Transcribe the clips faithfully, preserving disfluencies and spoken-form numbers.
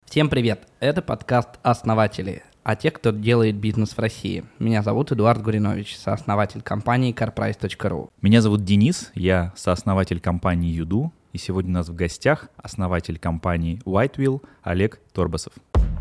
Всем привет! Это подкаст «Основатели» о тех, кто делает бизнес в России. Меня зовут Эдуард Гуринович, сооснователь компании карпрайс точка ру. Меня зовут Денис, я сооснователь компании Юду, и сегодня у нас в гостях основатель компании Whitewheel Олег Торбасов.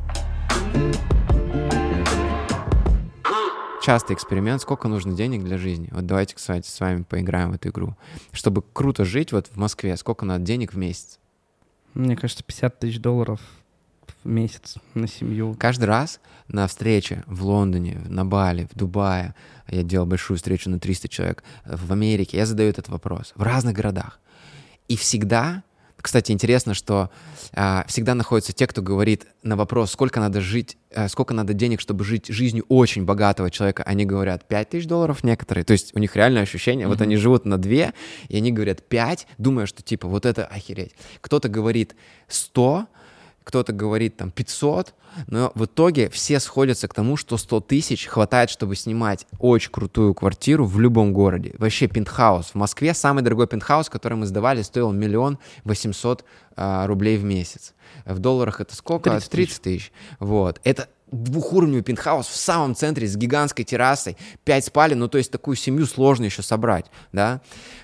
Частый эксперимент, сколько нужно денег для жизни. Вот давайте, кстати, с вами поиграем в эту игру. Чтобы круто жить вот в Москве, сколько надо денег в месяц? Мне кажется, пятьдесят тысяч долларов в месяц на семью. Каждый раз на встрече в Лондоне, на Бали, в Дубае, я делал большую встречу на триста человек, в Америке, я задаю этот вопрос, в разных городах. И всегда, кстати, интересно, что а, всегда находятся те, кто говорит на вопрос, сколько надо жить, а, сколько надо денег, чтобы жить жизнью очень богатого человека, они говорят пять тысяч долларов некоторые, то есть у них реальное ощущение, mm-hmm. вот они живут на две, и они говорят пять, думая, что типа вот это охереть. Кто-то говорит сто, кто-то говорит там пятьсот, но в итоге все сходятся к тому, что сто тысяч хватает, чтобы снимать очень крутую квартиру в любом городе. Вообще пентхаус. В Москве самый дорогой пентхаус, который мы сдавали, стоил миллион восемьсот а, рублей в месяц. В долларах это сколько? тридцать тысяч. Вот. Это двухуровневый пентхаус в самом центре с гигантской террасой, пять спален, ну то есть такую семью сложно еще собрать, да.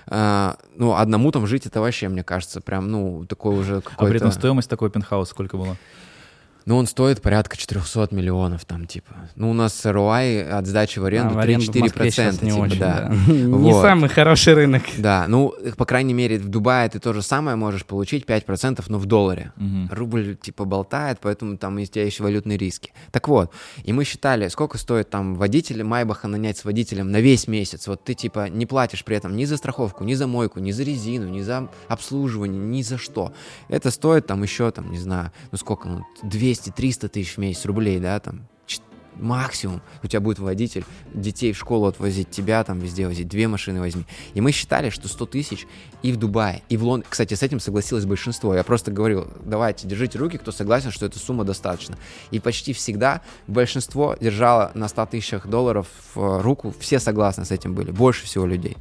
А, ну одному там жить это вообще, мне кажется, прям, ну такой уже какой-то... А при этом стоимость такого пентхауса сколько была? Ну, он стоит порядка четыреста миллионов, там, типа. Ну, у нас эр о ай от сдачи в аренду а, три-четыре процента, не типа, очень, да. да. Не вот. самый хороший рынок. Да, ну, по крайней мере, в Дубае ты то же самое можешь получить, пять процентов, но в долларе. Угу. Рубль, типа, болтает, поэтому там есть у тебя еще валютные риски. Так вот, и мы считали, сколько стоит там водителя Майбаха нанять с водителем на весь месяц. Вот ты, типа, не платишь при этом ни за страховку, ни за мойку, ни за резину, ни за обслуживание, ни за что. Это стоит там еще, там, не знаю, ну сколько, ну, двести-триста тысяч в месяц рублей, да, там, максимум. У тебя будет водитель, детей в школу отвозить, тебя там везде возить, две машины возьми. И мы считали, что сто тысяч и в Дубае, и в Лондоне. Кстати, с этим согласилось большинство. Я просто говорил, давайте, держите руки, кто согласен, что эта сумма достаточно. И почти всегда большинство держало на ста тысячах долларов в руку, все согласны с этим были, больше всего людей.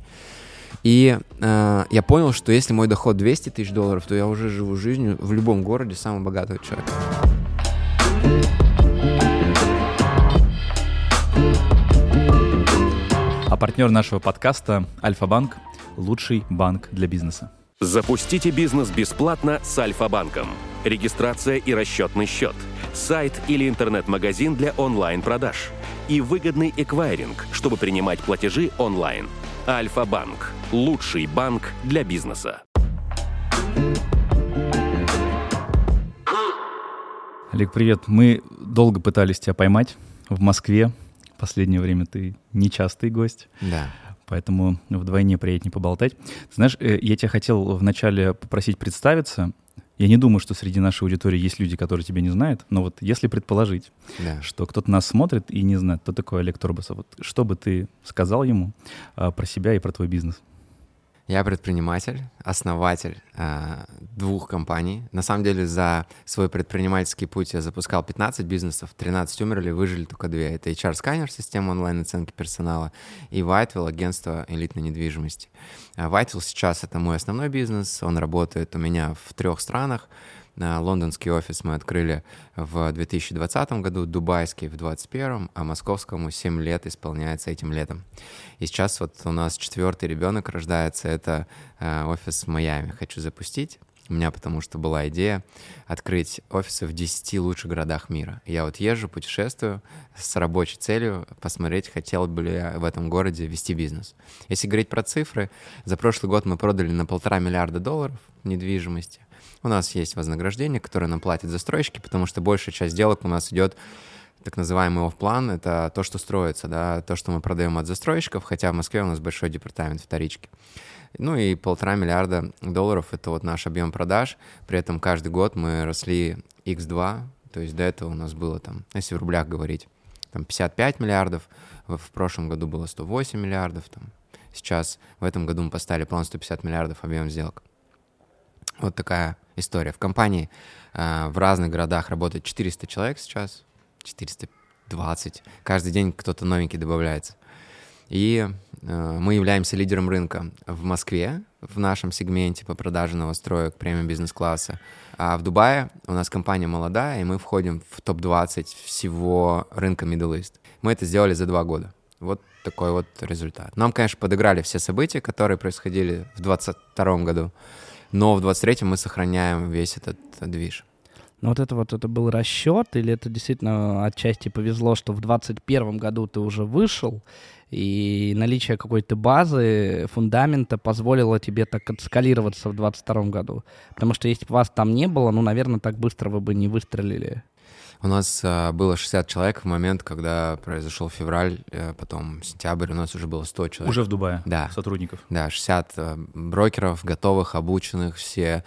И э, я понял, что если мой доход двести тысяч долларов, то я уже живу жизнью в любом городе самого богатого человека. А партнер нашего подкаста Альфа-банк – лучший банк для бизнеса. Запустите бизнес бесплатно с Альфа-банком. Регистрация и расчетный счет, сайт или интернет-магазин для онлайн-продаж и выгодный эквайринг, чтобы принимать платежи онлайн. Альфа-банк – лучший банк для бизнеса. Олег, привет. Мы долго пытались тебя поймать в Москве. В последнее время ты нечастый гость. Да. Поэтому вдвойне приятнее поболтать. Ты знаешь, я тебя хотел вначале попросить представиться. Я не думаю, что среди нашей аудитории есть люди, которые тебя не знают. Но вот если предположить, да. что кто-то нас смотрит и не знает, кто такой Олег Торбасов, вот что бы ты сказал ему а, про себя и про твой бизнес? Я предприниматель, основатель э, двух компаний. На самом деле за свой предпринимательский путь я запускал пятнадцать бизнесов, тринадцать умерли, выжили только две. Это эйч ар-сканер, система онлайн-оценки персонала, и Whitewheel, агентство элитной недвижимости. Whitewheel сейчас это мой основной бизнес, он работает у меня в трех странах. Лондонский офис мы открыли в две тысячи двадцатом году, дубайский в двадцать первом, а московскому семь лет исполняется этим летом. И сейчас вот у нас четвертый ребенок рождается, это офис в Майами. Хочу запустить. У меня потому что была идея открыть офисы в десяти лучших городах мира. Я вот езжу, путешествую с рабочей целью посмотреть, хотел бы ли я в этом городе вести бизнес. Если говорить про цифры, за прошлый год мы продали на полтора миллиарда долларов недвижимости. У нас есть вознаграждение, которое нам платят застройщики, потому что большая часть сделок у нас идет так называемый офф-план, это то, что строится, да, то, что мы продаем от застройщиков, хотя в Москве у нас большой департамент вторички. Ну и полтора миллиарда долларов — это вот наш объем продаж, при этом каждый год мы росли икс два, то есть до этого у нас было там, если в рублях говорить, там пятьдесят пять миллиардов, в прошлом году было сто восемь миллиардов, там, сейчас в этом году мы поставили план сто пятьдесят миллиардов объем сделок. Вот такая история. В компании э, в разных городах работает четыреста человек сейчас, четыреста двадцать. Каждый день кто-то новенький добавляется. И э, мы являемся лидером рынка в Москве, в нашем сегменте по продаже новостроек премиум бизнес-класса. А в Дубае у нас компания молодая, и мы входим в топ двадцать всего рынка Middle East. Мы это сделали за два года. Вот такой вот результат. Нам, конечно, подыграли все события, которые происходили в двадцать втором году, но в двадцать третьем мы сохраняем весь этот движ. Ну вот это вот это был расчет, или это действительно отчасти повезло, что в двадцать первом году ты уже вышел, и наличие какой-то базы, фундамента позволило тебе так отскалироваться в двадцать втором году? Потому что если бы вас там не было, ну, наверное, так быстро вы бы не выстрелили. У нас а, было шестьдесят человек в момент, когда произошел февраль, а, потом сентябрь, у нас уже было сто человек. Уже в Дубае? Да. Сотрудников? Да, шестьдесят а, брокеров, готовых, обученных, все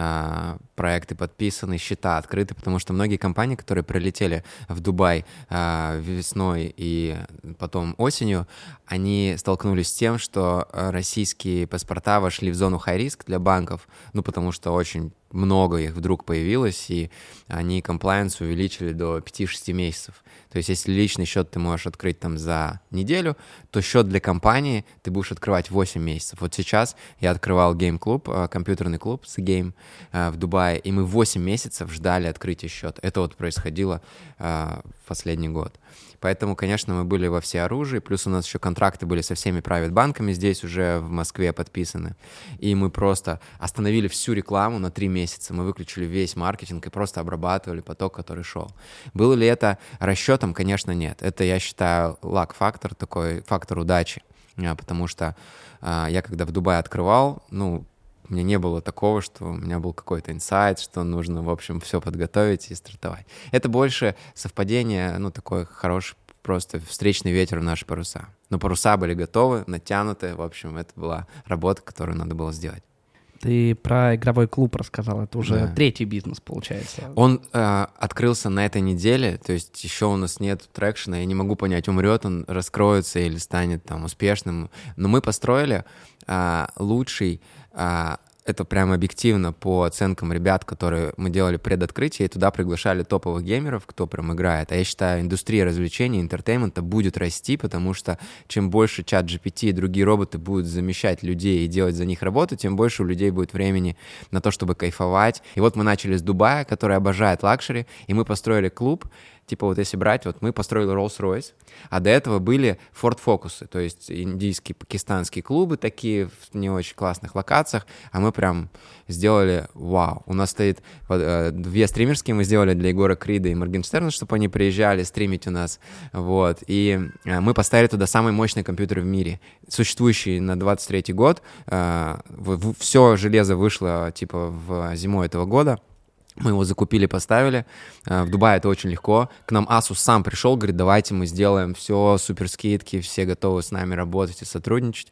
а, проекты подписаны, счета открыты, потому что многие компании, которые прилетели в Дубай а, весной и потом осенью, они столкнулись с тем, что российские паспорта вошли в зону high-risk для банков, ну, потому что очень много их вдруг появилось, и они комплаенс увеличили до пяти-шести месяцев. То есть если личный счет ты можешь открыть там за неделю, то счет для компании ты будешь открывать восемь месяцев. Вот сейчас я открывал гейм-клуб, компьютерный клуб The Game в Дубае, и мы восемь месяцев ждали открытия счета. Это вот происходило в последний год. Поэтому, конечно, мы были во всеоружии, плюс у нас еще контракты были со всеми прайвет-банками здесь уже в Москве подписаны. И мы просто остановили всю рекламу на три месяца. Мы выключили весь маркетинг и просто обрабатывали поток, который шел. Было ли это расчетом? Конечно, нет. Это, я считаю, лак-фактор, такой фактор удачи. Потому что я когда в Дубае открывал, ну, у меня не было такого, что у меня был какой-то инсайт, что нужно, в общем, все подготовить и стартовать. Это больше совпадение, ну, такой хороший просто встречный ветер в наши паруса. Но паруса были готовы, натянуты. В общем, это была работа, которую надо было сделать. Ты про игровой клуб рассказал. Это уже Да. третий бизнес, получается. Он э, открылся на этой неделе, то есть еще у нас нет трекшена. Я не могу понять, умрет он, раскроется или станет там успешным. Но мы построили э, лучший... Э, это прям объективно по оценкам ребят, которые мы делали предоткрытие, и туда приглашали топовых геймеров, кто прям играет. А я считаю, индустрия развлечений, интертеймента будет расти, потому что чем больше чат джи пи ти и другие роботы будут замещать людей и делать за них работу, тем больше у людей будет времени на то, чтобы кайфовать. И вот мы начали с Дубая, который обожает лакшери, и мы построили клуб. Типа вот если брать, вот мы построили Rolls-Royce, а до этого были Ford Focus, то есть индийские, пакистанские клубы такие в не очень классных локациях, а мы прям сделали вау. У нас стоит э, две стримерские, мы сделали для Егора Крида и Моргенштерна, чтобы они приезжали стримить у нас, вот, и э, мы поставили туда самый мощный компьютер в мире, существующий на двадцать третий год, э, в, в, все железо вышло типа в зимой этого года. Мы его закупили, поставили. В Дубае это очень легко. К нам Asus сам пришел, говорит, давайте мы сделаем все, супер скидки, все готовы с нами работать и сотрудничать.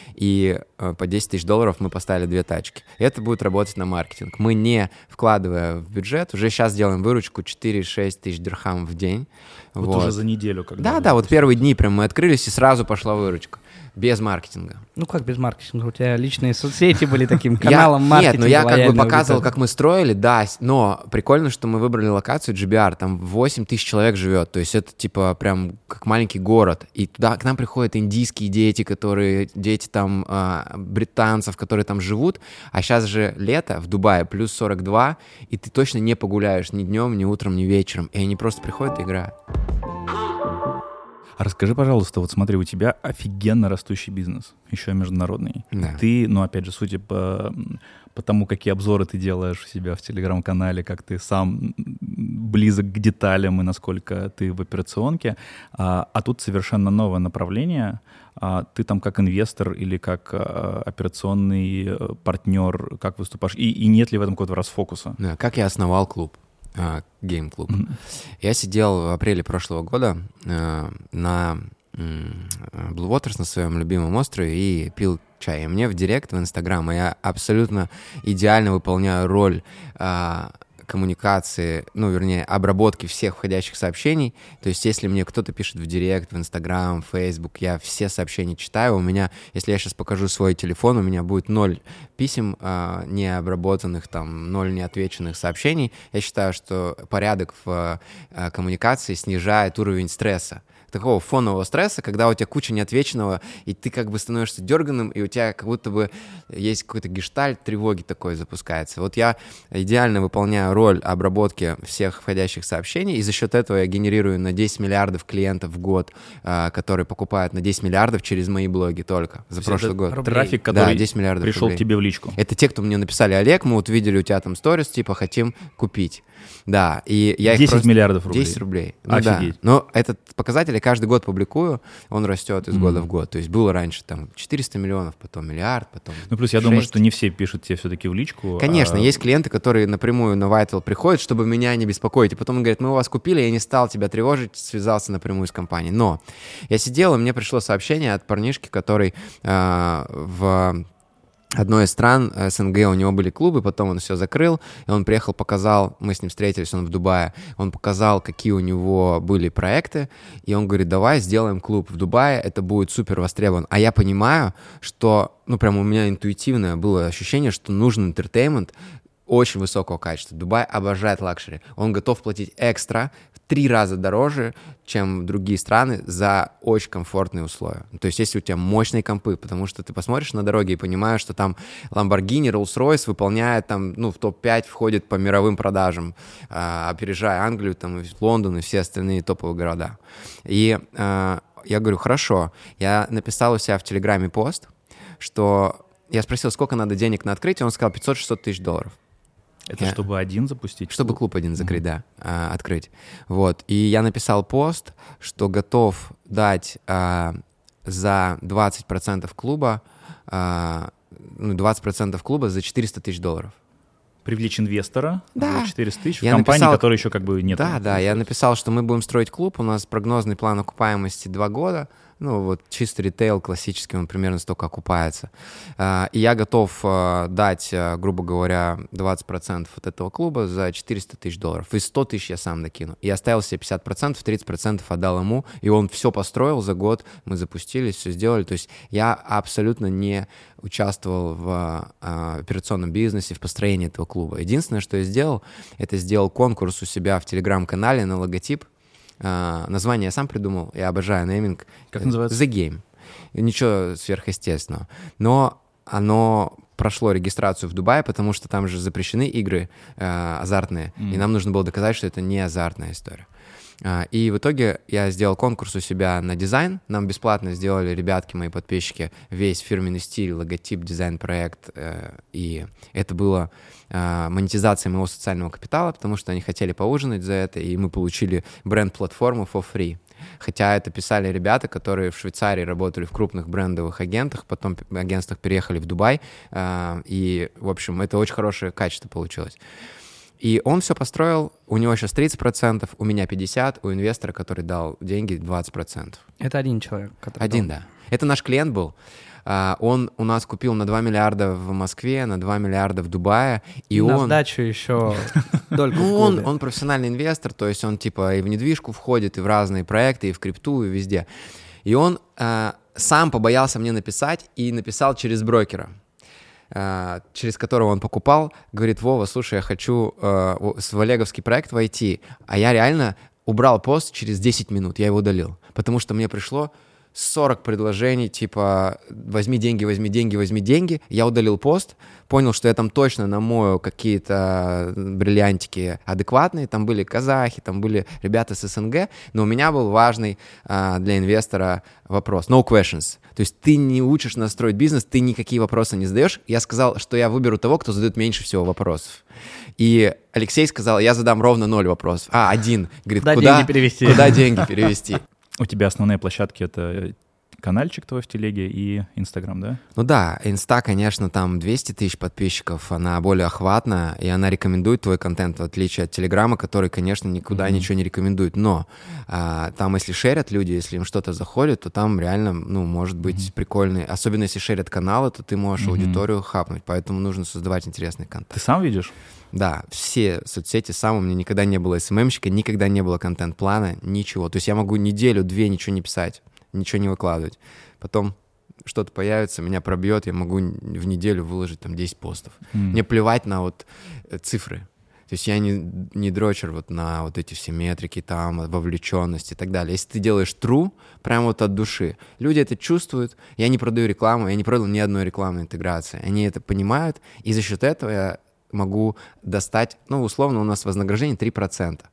И по десять тысяч долларов мы поставили две тачки. И это будет работать на маркетинг. Мы, не вкладывая в бюджет, уже сейчас делаем выручку четыре-шесть тысяч дирхам в день. Вот, вот уже за неделю. Когда да, да, вот первые дни прям мы открылись, и сразу пошла выручка. Без маркетинга. Ну как без маркетинга? У тебя личные соцсети были таким каналом маркетинга. Нет, но я как бы показывал, аудитории. как мы строили, да, но прикольно, что мы выбрали локацию джи би ар, там восемь тысяч человек живет, то есть это типа прям как маленький город, и туда к нам приходят индийские дети, которые, дети там э, британцев, которые там живут, а сейчас же лето в Дубае, плюс сорок два, и ты точно не погуляешь ни днем, ни утром, ни вечером, и они просто приходят и играют. А расскажи, пожалуйста, вот смотри, у тебя офигенно растущий бизнес, еще международный. Да. Ты, ну, опять же, судя по, по тому, какие обзоры ты делаешь у себя в Телеграм-канале, как ты сам близок к деталям и насколько ты в операционке, а, а тут совершенно новое направление. А ты там как инвестор или как а, операционный партнер, как выступаешь? И, и нет ли в этом какого-то расфокуса? Да, как я основал клуб? Гейм-клуб. Uh, mm-hmm. Я сидел в апреле прошлого года uh, на uh, Blue Waters, на своем любимом острове, и пил чай. И мне в директ, в Инстаграм, я абсолютно идеально выполняю роль uh, коммуникации, ну, вернее, обработки всех входящих сообщений. То есть, если мне кто-то пишет в директ, в Инстаграм, в Фейсбук, я все сообщения читаю. У меня, если я сейчас покажу свой телефон, у меня будет ноль писем э, необработанных, там, ноль неотвеченных сообщений. Я считаю, что порядок в э, коммуникации снижает уровень стресса. такого фонового стресса, когда у тебя куча неотвеченного, и ты как бы становишься дерганым, и у тебя как будто бы есть какой-то гештальт тревоги такой запускается. Вот я идеально выполняю роль обработки всех входящих сообщений, и за счет этого я генерирую на десять миллиардов клиентов в год, которые покупают на десять миллиардов через мои блоги только за Все прошлый год. Рублей. Трафик, который да, десять миллиардов пришел рублей. к тебе в личку. Это те, кто мне написали: Олег, мы вот видели у тебя там сторис, типа хотим купить. Да, и я их десять просто... миллиардов рублей. десять рублей. Ну, Офигеть. да. Но этот показатель я каждый год публикую, он растет из mm-hmm. года в год. То есть было раньше там четыреста миллионов, потом миллиард, потом Ну плюс я шесть. Думаю, что не все пишут тебе все-таки в личку. Конечно, а... есть клиенты, которые напрямую на Vital приходят, чтобы меня не беспокоить. И потом он говорит: мы у вас купили, я не стал тебя тревожить, связался напрямую с компанией. Но я сидел, и мне пришло сообщение от парнишки, который э, в... одной из стран СНГ, у него были клубы, потом он все закрыл, и он приехал, показал, мы с ним встретились, он в Дубае, он показал, какие у него были проекты, и он говорит: давай сделаем клуб в Дубае, это будет супер востребован. А я понимаю, что, ну, прям у меня интуитивное было ощущение, что нужен интертеймент очень высокого качества. Дубай обожает лакшери. Он готов платить экстра в три раза дороже, чем другие страны, за очень комфортные условия. То есть если у тебя мощные компы, потому что ты посмотришь на дороге и понимаешь, что там Lamborghini, Rolls-Royce выполняет там, ну, в топ пять входит по мировым продажам, э, опережая Англию, там, и Лондон и все остальные топовые города. И э, я говорю: хорошо. Я написал у себя в Телеграме пост, что я спросил, сколько надо денег на открытие, он сказал пятьсот-шестьсот тысяч долларов. Это я... чтобы один запустить? Чтобы клуб один закрыть, mm-hmm. да, а, открыть. Вот. И я написал пост, что готов дать а, за двадцать процентов клуба, а, ну, двадцать процентов клуба за четыреста тысяч долларов. Привлечь инвестора да. за четыреста тысяч я в компании, написал... которой еще как бы нет. Да, да, я написал, что мы будем строить клуб, у нас прогнозный план окупаемости два года, ну вот чистый ритейл классический, он примерно столько окупается. И я готов дать, грубо говоря, двадцать процентов от этого клуба за четыреста тысяч долларов. И сто тысяч я сам докину. И оставил себе пятьдесят процентов, тридцать процентов отдал ему, и он все построил за год, мы запустились, все сделали. То есть я абсолютно не участвовал в э, операционном бизнесе, в построении этого клуба. Единственное, что я сделал, это сделал конкурс у себя в Телеграм-канале на логотип. Uh, название я сам придумал, я обожаю нейминг. Как называется? The Game. Ничего сверхъестественного. Но оно прошло регистрацию в Дубае, потому что там же запрещены игры uh, азартные, mm. и нам нужно было доказать, что это не азартная история. Uh, и в итоге я сделал конкурс у себя на дизайн. Нам бесплатно сделали ребятки, мои подписчики, весь фирменный стиль, логотип, дизайн-проект. Uh, и это было uh, монетизация моего социального капитала, потому что они хотели поужинать за это, и мы получили бренд-платформу for free. Хотя это писали ребята, которые в Швейцарии работали в крупных брендовых агентах, потом агентствах переехали в Дубай. Uh, и, в общем, это очень хорошее качество получилось. И он все построил, у него сейчас тридцать процентов, у меня пятьдесят процентов, у инвестора, который дал деньги, двадцать процентов. Это один человек, который Один, дал. да. Это наш клиент был. Он у нас купил на два миллиарда в Москве, на два миллиарда в Дубае. И, и на он... сдачу еще дольку Ну, он, он профессиональный инвестор, то есть он типа и в недвижку входит, и в разные проекты, и в крипту, и везде. И он э, сам побоялся мне написать и написал через брокера, через которого он покупал, говорит: Вова, слушай, я хочу э, в олеговский проект войти, а я реально убрал пост через десять минут, я его удалил, потому что мне пришло сорок предложений, типа возьми деньги, возьми деньги, возьми деньги. Я удалил пост, понял, что я там точно намою какие-то бриллиантики адекватные, там были казахи, там были ребята с СНГ, но у меня был важный а, для инвестора вопрос, no questions. То есть ты не учишь нас строить бизнес, ты никакие вопросы не задаешь. Я сказал, что я выберу того, кто задает меньше всего вопросов. И Алексей сказал: я задам ровно ноль вопросов. А, один. Говорит, куда, куда деньги перевести? Куда деньги перевести? У тебя основные площадки — это канальчик твой в телеге и Инстаграм, да? Ну да, Инста, конечно, там двести тысяч подписчиков, она более охватна, и она рекомендует твой контент, в отличие от Телеграма, который, конечно, никуда mm-hmm. ничего не рекомендует. Но а, там, если шерят люди, если им что-то заходит, то там реально, ну, может быть mm-hmm. прикольный. Особенно если шерят каналы, то ты можешь mm-hmm. аудиторию хапнуть, поэтому нужно создавать интересный контент. Ты сам видишь? Да, все соцсети сам, у меня никогда не было эс эм эм-щика, никогда не было контент-плана, ничего. То есть я могу неделю-две ничего не писать, ничего не выкладывать. Потом что-то появится, меня пробьет, я могу в неделю выложить там десять постов. Mm. Мне плевать на вот цифры. То есть я не, не дрочер вот на вот эти все метрики, там, вовлеченность и так далее. Если ты делаешь true, прям вот от души, люди это чувствуют. Я не продаю рекламу, я не продал ни одной рекламной интеграции. Они это понимают, и за счет этого я могу достать, ну, условно, у нас вознаграждение три процента,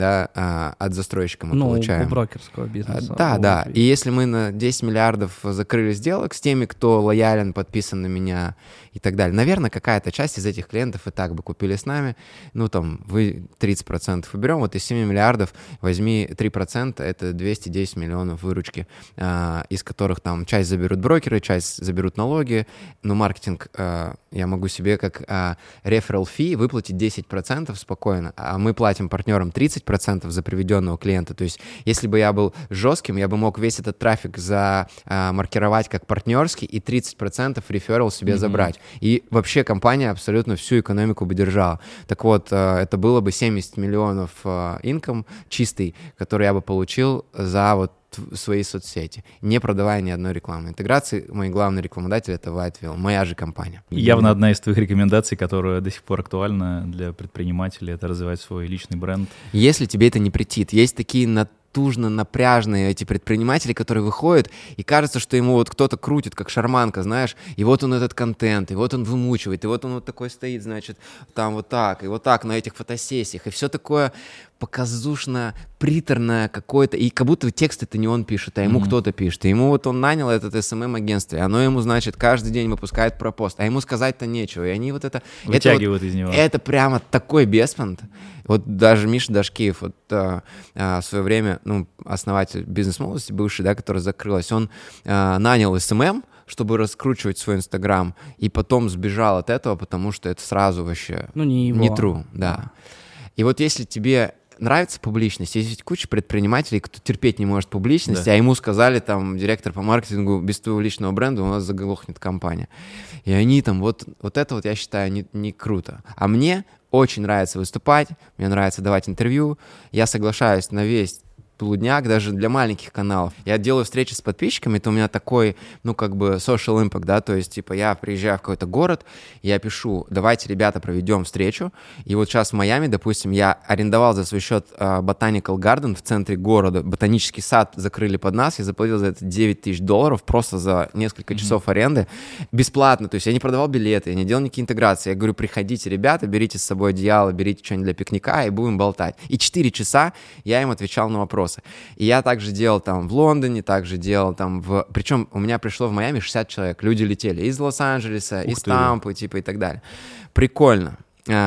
да, от застройщика мы ну, получаем. Ну, у брокерского бизнеса. Да, да. И если мы на десять миллиардов закрыли сделок с теми, кто лоялен, подписан на меня и так далее, наверное, какая-то часть из этих клиентов и так бы купили с нами. Ну, там, вы тридцать процентов уберем, вот из семи миллиардов возьми три процента, это двести десять миллионов выручки, из которых там часть заберут брокеры, часть заберут налоги, но маркетинг я могу себе как referral fee выплатить десять процентов спокойно, а мы платим партнерам тридцать процентов за приведенного клиента. То есть если бы я был жестким, я бы мог весь этот трафик замаркировать как партнерский и тридцать процентов реферал себе mm-hmm. забрать. И вообще компания абсолютно всю экономику бы держала. Так вот, это было бы семьдесят миллионов инком чистый, который я бы получил за вот свои соцсети, не продавая ни одной рекламы. Интеграции, мой главный рекламодатель — это Whiteville, моя же компания. Явно одна из твоих рекомендаций, которая до сих пор актуальна для предпринимателей, это развивать свой личный бренд. Если тебе это не претит, есть такие натужно напряжные эти предприниматели, которые выходят, и кажется, что ему вот кто-то крутит, как шарманка, знаешь, и вот он этот контент, и вот он вымучивает, и вот он вот такой стоит, значит, там вот так, и вот так на этих фотосессиях, и все такое показушно, приторное какое-то, и как будто текст это не он пишет, а ему mm-hmm. кто-то пишет. И ему вот он нанял этот эс эм эм-агентство, и оно ему, значит, каждый день выпускает про пост, а ему сказать-то нечего. И они вот это... Вытягивают это вот, из него. Это прямо такой беспонт. Вот даже Миша Дашкиев, вот а, а, в свое время, ну, основатель «Бизнес-молодости», бывший, да, который закрылась, он а, нанял эс эм эм, чтобы раскручивать свой Инстаграм, и потом сбежал от этого, потому что это сразу вообще ну, не, его. не true, да. И вот если тебе нравится публичность, есть куча предпринимателей, кто терпеть не может публичности, да. а ему сказали, там, директор по маркетингу, без твоего личного бренда у нас заглохнет компания. И они там, вот, вот это вот я считаю не, не круто. А мне очень нравится выступать, мне нравится давать интервью, я соглашаюсь на весь полудняк, даже для маленьких каналов. Я делаю встречи с подписчиками, это у меня такой, ну, как бы social impact, да, то есть, типа, я приезжаю в какой-то город, я пишу, давайте, ребята, проведем встречу, и вот сейчас в Майами, допустим, я арендовал за свой счет uh, Botanical Garden в центре города, ботанический сад закрыли под нас, я заплатил за это девять тысяч долларов просто за несколько mm-hmm. часов аренды, бесплатно, то есть я не продавал билеты, я не делал никакие интеграции, я говорю, приходите, ребята, берите с собой одеяло, берите что-нибудь для пикника и будем болтать. И четыре часа я им отвечал на вопросы. И я также делал там в Лондоне, также делал там в... Причем у меня пришло в Майами шестьдесят человек. Люди летели из Лос-Анджелеса, Ух из ты. Тампы, типа, и так далее. Прикольно.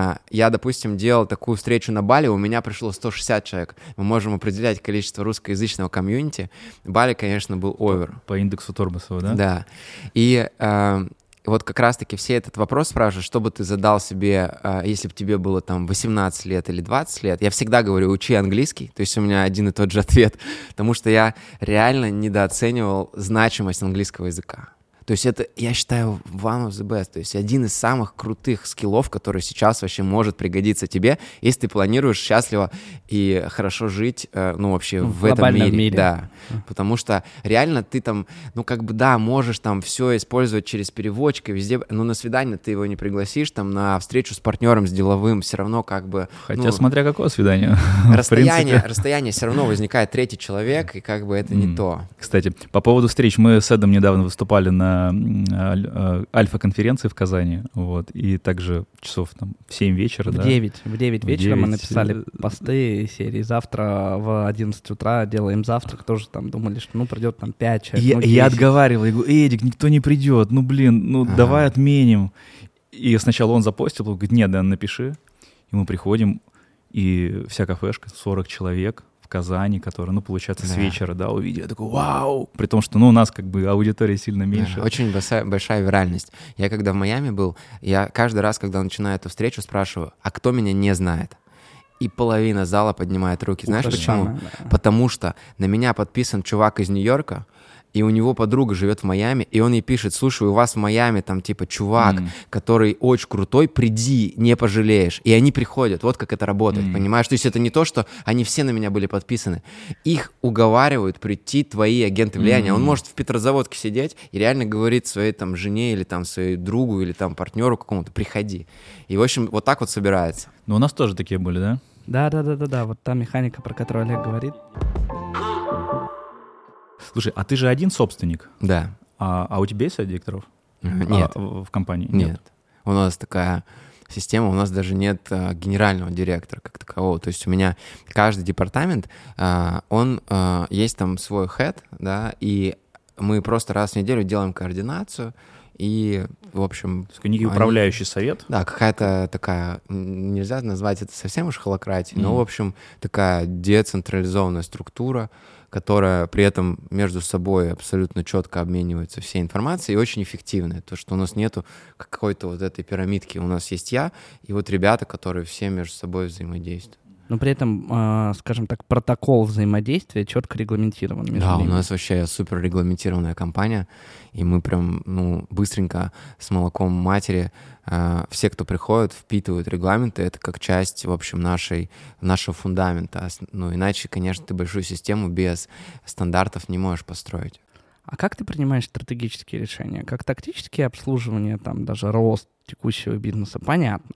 Я, допустим, делал такую встречу на Бали, у меня пришло сто шестьдесят человек. Мы можем определять количество русскоязычного комьюнити. Бали, конечно, был овер. По, по индексу Торбасова, да? Да. И... Вот как раз-таки все этот вопрос спрашивают, что бы ты задал себе, если бы тебе было там восемнадцать лет или двадцать лет. Я всегда говорю, учи английский, то есть у меня один и тот же ответ, потому что я реально недооценивал значимость английского языка. То есть это, я считаю, one of the best, то есть один из самых крутых скиллов, который сейчас вообще может пригодиться тебе, если ты планируешь счастливо и хорошо жить, ну, вообще ну, в, в этом мире. мире. Да, потому что реально ты там, ну, как бы, да, можешь там все использовать через переводчика везде, но на свидание ты его не пригласишь, там, на встречу с партнером, с деловым, все равно как бы... Хотя ну, смотря какое свидание. Расстояние, расстояние все равно возникает третий человек, и как бы это не то. Кстати, по поводу встреч, мы с Эдом недавно выступали на альфа-конференции в Казани, вот, и также часов там в семь вечера, в да? девять, в девять вечера девять. Мы написали посты серии «Завтра в одиннадцать утра делаем завтрак», тоже там думали, что ну придет там пять человек. Я, ну, я отговаривал, я говорю, Эдик, никто не придет, ну блин, ну ага. давай отменим. И сначала он запостил, он говорит, нет, да, напиши. И мы приходим, и вся кафешка, сорок человек, в Казани, который, ну, получается, с да. вечера, да, увидел. Я такой, вау! При том, что, ну, у нас как бы аудитория сильно меньше. Да, очень большая, большая виральность. Я когда в Майами был, я каждый раз, когда начинаю эту встречу, спрашиваю, а кто меня не знает? И половина зала поднимает руки. Знаешь почему? Да. Потому что на меня подписан чувак из Нью-Йорка, и у него подруга живет в Майами, и он ей пишет: слушай, у вас в Майами там типа чувак, mm. который очень крутой, приди, не пожалеешь. И они приходят, вот как это работает, mm. понимаешь? То есть это не то, что они все на меня были подписаны. Их уговаривают прийти твои агенты влияния. Mm. Он может в Петрозаводске сидеть и реально говорит своей там жене или там своей другу или там партнеру какому-то: приходи. И в общем вот так вот собирается. Ну у нас тоже такие были, да? Да-да-да-да-да, вот та механика, про которую Олег говорит. Слушай, а ты же один собственник? Да. А, а у тебя есть совет директоров? Нет. А, в компании? Нет. Нет. У нас такая система, у нас даже нет а, генерального директора как такового. То есть у меня каждый департамент, а, он, а, есть там свой head, да, и мы просто раз в неделю делаем координацию, и, в общем... Некий они... управляющий совет? Да, какая-то такая, нельзя назвать это совсем уж холократией, mm. но, в общем, такая децентрализованная структура, которая при этом между собой абсолютно четко обменивается всей информацией и очень эффективная. То, что у нас нету какой-то вот этой пирамидки. У нас есть я и вот ребята, которые все между собой взаимодействуют. Но при этом, э, скажем так, протокол взаимодействия четко регламентирован. Да, ними. У нас вообще супер регламентированная компания, и мы прям ну, быстренько с молоком матери э, все, кто приходит, впитывают регламенты. Это как часть, в общем, нашей, нашего фундамента. Ну, иначе, конечно, ты большую систему без стандартов не можешь построить. А как ты принимаешь стратегические решения? Как тактические обслуживания, там даже рост текущего бизнеса, понятно.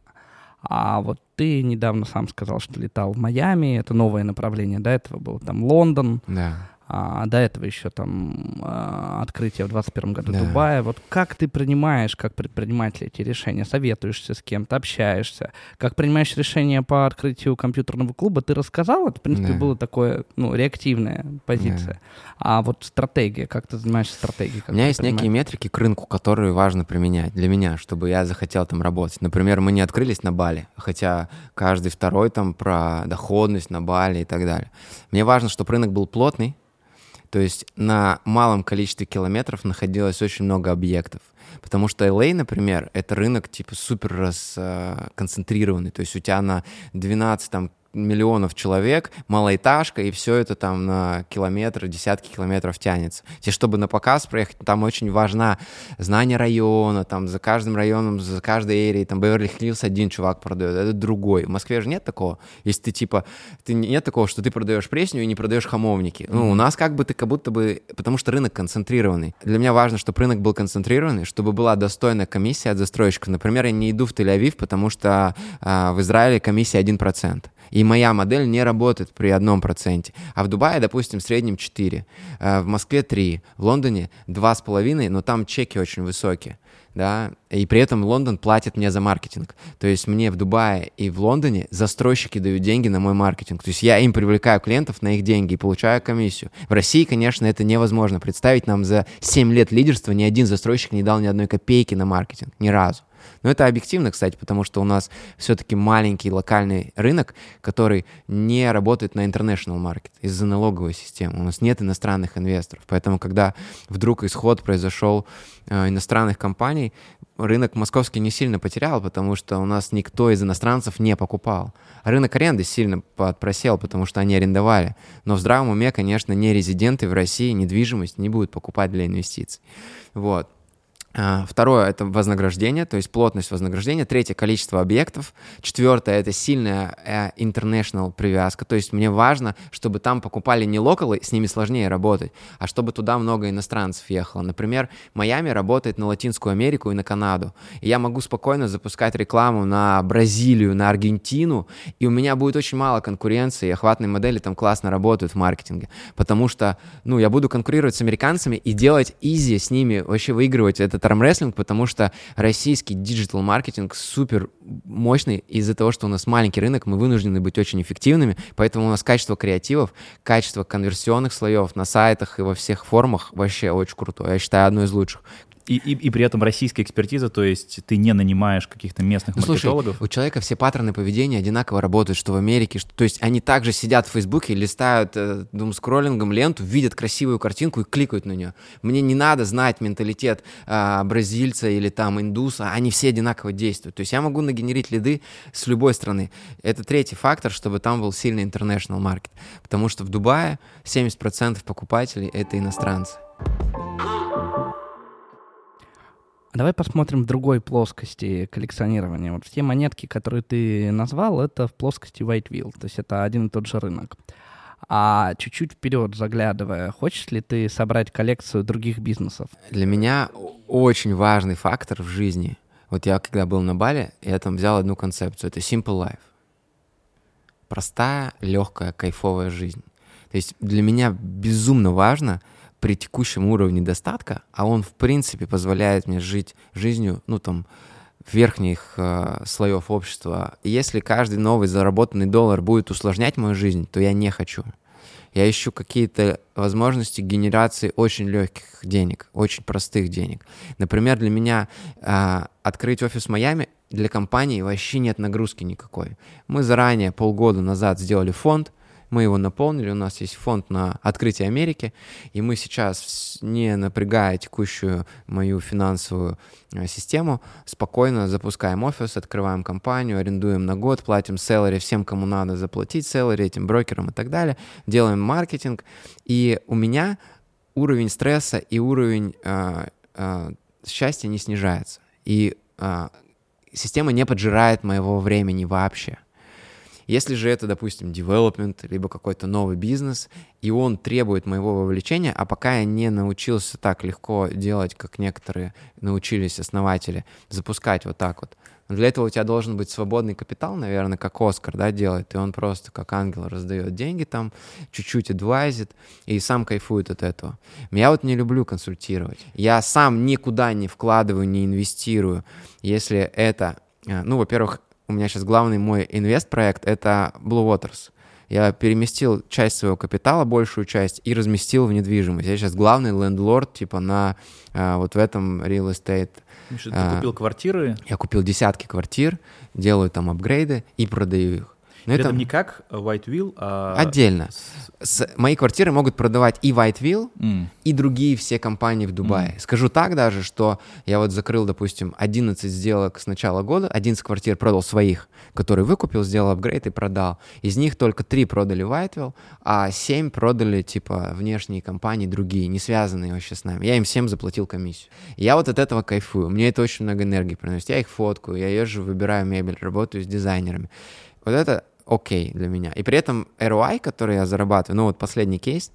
А вот ты недавно сам сказал, что летал в Майами, это новое направление, до этого был там Лондон, да. а до этого еще там а, открытие в двадцать первом году да. Дубая. Вот как ты принимаешь, как предприниматель, эти решения? Советуешься с кем-то, общаешься? Как принимаешь решение по открытию компьютерного клуба? Ты рассказал, это, в принципе, да. было такое, ну, реактивная позиция. Да. А вот стратегия, как ты занимаешься стратегией? У меня есть некие метрики к рынку, которые важно применять для меня, чтобы я захотел там работать. Например, мы не открылись на Бали, хотя каждый второй там про доходность на Бали и так далее. Мне важно, чтобы рынок был плотный, то есть на малом количестве километров находилось очень много объектов. Потому что эл эй, например, это рынок типа супер расконцентрированный. То есть у тебя на двенадцать там, миллионов человек, малоэтажка, и все это там на километры, десятки километров тянется. И чтобы на показ проехать, там очень важно знание района, там за каждым районом, за каждой эрией, там Беверли-Хиллз один чувак продает, это другой. В Москве же нет такого. Если ты типа, ты нет такого, что ты продаешь пресню и не продаешь хамовники. Mm-hmm. Ну, у нас как бы ты как будто бы, потому что рынок концентрированный. Для меня важно, чтобы рынок был концентрированный, чтобы была достойная комиссия от застройщиков. Например, я не иду в Тель-Авив, потому что а, в Израиле комиссия один процент. И моя модель не работает при одном проценте. А в Дубае, допустим, в среднем четыре. В Москве три. В Лондоне два с половиной, но там чеки очень высокие. Да? И при этом Лондон платит мне за маркетинг. То есть мне в Дубае и в Лондоне застройщики дают деньги на мой маркетинг. То есть я им привлекаю клиентов на их деньги и получаю комиссию. В России, конечно, это невозможно представить. Нам за семь лет лидерства ни один застройщик не дал ни одной копейки на маркетинг. Ни разу. Но это объективно, кстати, потому что у нас все-таки маленький локальный рынок, который не работает на international market из-за налоговой системы. У нас нет иностранных инвесторов. Поэтому, когда вдруг исход произошел э, иностранных компаний, рынок московский не сильно потерял, потому что у нас никто из иностранцев не покупал. Рынок аренды сильно подпросел, потому что они арендовали. Но в здравом уме, конечно, не резиденты в России недвижимость не будут покупать для инвестиций. Вот. Второе — это вознаграждение, то есть плотность вознаграждения. Третье — количество объектов. Четвертое — это сильная э, international привязка, то есть мне важно, чтобы там покупали не локалы, с ними сложнее работать, а чтобы туда много иностранцев ехало. Например, Майами работает на Латинскую Америку и на Канаду, и я могу спокойно запускать рекламу на Бразилию, на Аргентину, и у меня будет очень мало конкуренции, и охватные модели там классно работают в маркетинге, потому что, ну, я буду конкурировать с американцами и делать изи с ними, вообще выигрывать этот армрестлинг, потому что российский диджитал-маркетинг супер мощный. Из-за того, что у нас маленький рынок, мы вынуждены быть очень эффективными, поэтому у нас качество креативов, качество конверсионных слоев на сайтах и во всех формах вообще очень крутое. Я считаю, одно из лучших. И, и, и при этом российская экспертиза, то есть ты не нанимаешь каких-то местных ну, маркетологов? Слушай, у человека все паттерны поведения одинаково работают, что в Америке, что, то есть они также сидят в Фейсбуке, листают э, думскроллингом ленту, видят красивую картинку и кликают на нее. Мне не надо знать менталитет э, бразильца или там индуса, они все одинаково действуют. То есть я могу нагенерить лиды с любой страны. Это третий фактор, чтобы там был сильный international market, потому что в Дубае семьдесят процентов покупателей — это иностранцы. Давай посмотрим в другой плоскости коллекционирования. Вот все монетки, которые ты назвал, это в плоскости White Whale, то есть это один и тот же рынок. А чуть-чуть вперед заглядывая, хочешь ли ты собрать коллекцию других бизнесов? Для меня очень важный фактор в жизни. Вот я когда был на Бали, я там взял одну концепцию. Это simple life. Простая, легкая, кайфовая жизнь. То есть для меня безумно важно при текущем уровне достатка, а он, в принципе, позволяет мне жить жизнью, ну, там, верхних э, слоев общества. И если каждый новый заработанный доллар будет усложнять мою жизнь, то я не хочу. Я ищу какие-то возможности генерации очень легких денег, очень простых денег. Например, для меня э, открыть офис в Майами для компании вообще нет нагрузки никакой. Мы заранее, полгода назад, сделали фонд, мы его наполнили, у нас есть фонд на открытие Америки, и мы сейчас, не напрягая текущую мою финансовую систему, спокойно запускаем офис, открываем компанию, арендуем на год, платим salary всем, кому надо заплатить salary, этим брокерам и так далее, делаем маркетинг, и у меня уровень стресса и уровень э, э, счастья не снижается, и э, система не поджирает моего времени вообще. Если же это, допустим, development, либо какой-то новый бизнес, и он требует моего вовлечения, а пока я не научился так легко делать, как некоторые научились основатели, запускать вот так вот, для этого у тебя должен быть свободный капитал, наверное, как Оскар, да, делает, и он просто как ангел раздает деньги там, чуть-чуть адвайзит, и сам кайфует от этого. Я вот не люблю консультировать. Я сам никуда не вкладываю, не инвестирую, если это, ну, во-первых, у меня сейчас главный мой инвест-проект — это Blue Waters. Я переместил часть своего капитала, большую часть, и разместил в недвижимость. Я сейчас главный лендлорд типа на а, вот в этом real estate. Миша, ты а, купил квартиры? Я купил десятки квартир, делаю там апгрейды и продаю их. Но это не как White Whale, а... Отдельно. С... Мои квартиры могут продавать и White Whale, mm. и другие все компании в Дубае. Mm. Скажу так даже, что я вот закрыл, допустим, одиннадцать сделок с начала года, одиннадцать квартир продал своих, которые выкупил, сделал апгрейд и продал. Из них только три продали White Whale, а семь продали, типа, внешние компании, другие, не связанные вообще с нами. Я им всем заплатил комиссию. Я вот от этого кайфую. Мне это очень много энергии приносит. Я их фоткаю, я езжу, выбираю мебель, работаю с дизайнерами. Вот это окей для меня. И при этом эр о ай, который я зарабатываю, ну вот последний кейс,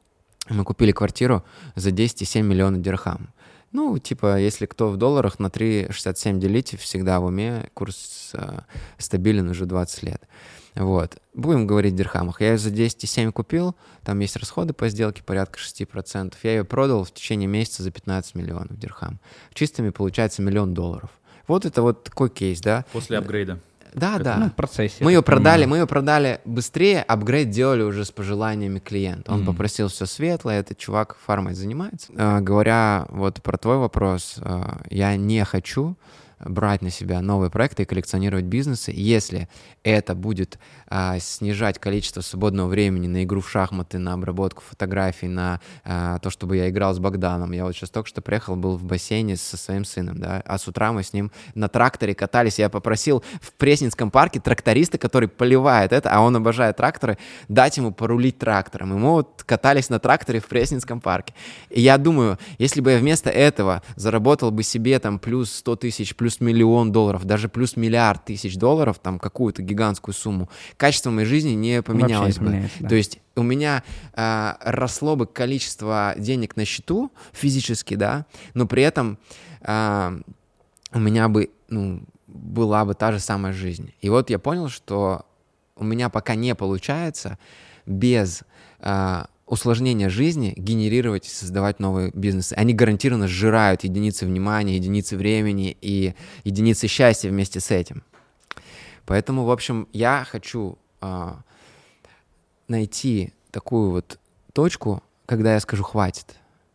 мы купили квартиру за десять целых семь десятых миллиона дирхам. Ну, типа, если кто в долларах, на три целых шестьдесят семь делите, всегда в уме, курс э, стабилен уже двадцать лет. Вот. Будем говорить в дирхамах. Я ее за десять целых семь десятых купил, там есть расходы по сделке порядка шесть процентов. Я ее продал в течение месяца за пятнадцать миллионов дирхам. Чистыми получается миллион долларов. Вот это вот такой кейс, да. После апгрейда. Да, это, да. Ну, в процессе. Мы ее продали, мы ее продали быстрее, апгрейд делали уже с пожеланиями клиента. Он mm-hmm. попросил все светлое, этот чувак фармой занимается. А, говоря вот про твой вопрос, а, я не хочу брать на себя новые проекты и коллекционировать бизнесы, если это будет а, снижать количество свободного времени на игру в шахматы, на обработку фотографий, на а, то, чтобы я играл с Богданом. Я вот сейчас только что приехал, был в бассейне со своим сыном, да, а с утра мы с ним на тракторе катались. Я попросил в Пресненском парке тракториста, который поливает это, а он обожает тракторы, дать ему порулить трактором. И мы вот катались на тракторе в Пресненском парке. И я думаю, если бы я вместо этого заработал бы себе там плюс сто тысяч, плюс плюс миллион долларов, даже плюс миллиард тысяч долларов, там какую-то гигантскую сумму, качество моей жизни не поменялось бы. Да. То есть у меня э, росло бы количество денег на счету физически, да, но при этом э, у меня бы, ну, была бы та же самая жизнь. И вот я понял, что у меня пока не получается без э, усложнения жизни генерировать и создавать новые бизнесы. Они гарантированно сжирают единицы внимания, единицы времени и единицы счастья вместе с этим. Поэтому, в общем, я хочу э, найти такую вот точку, когда я скажу «хватит».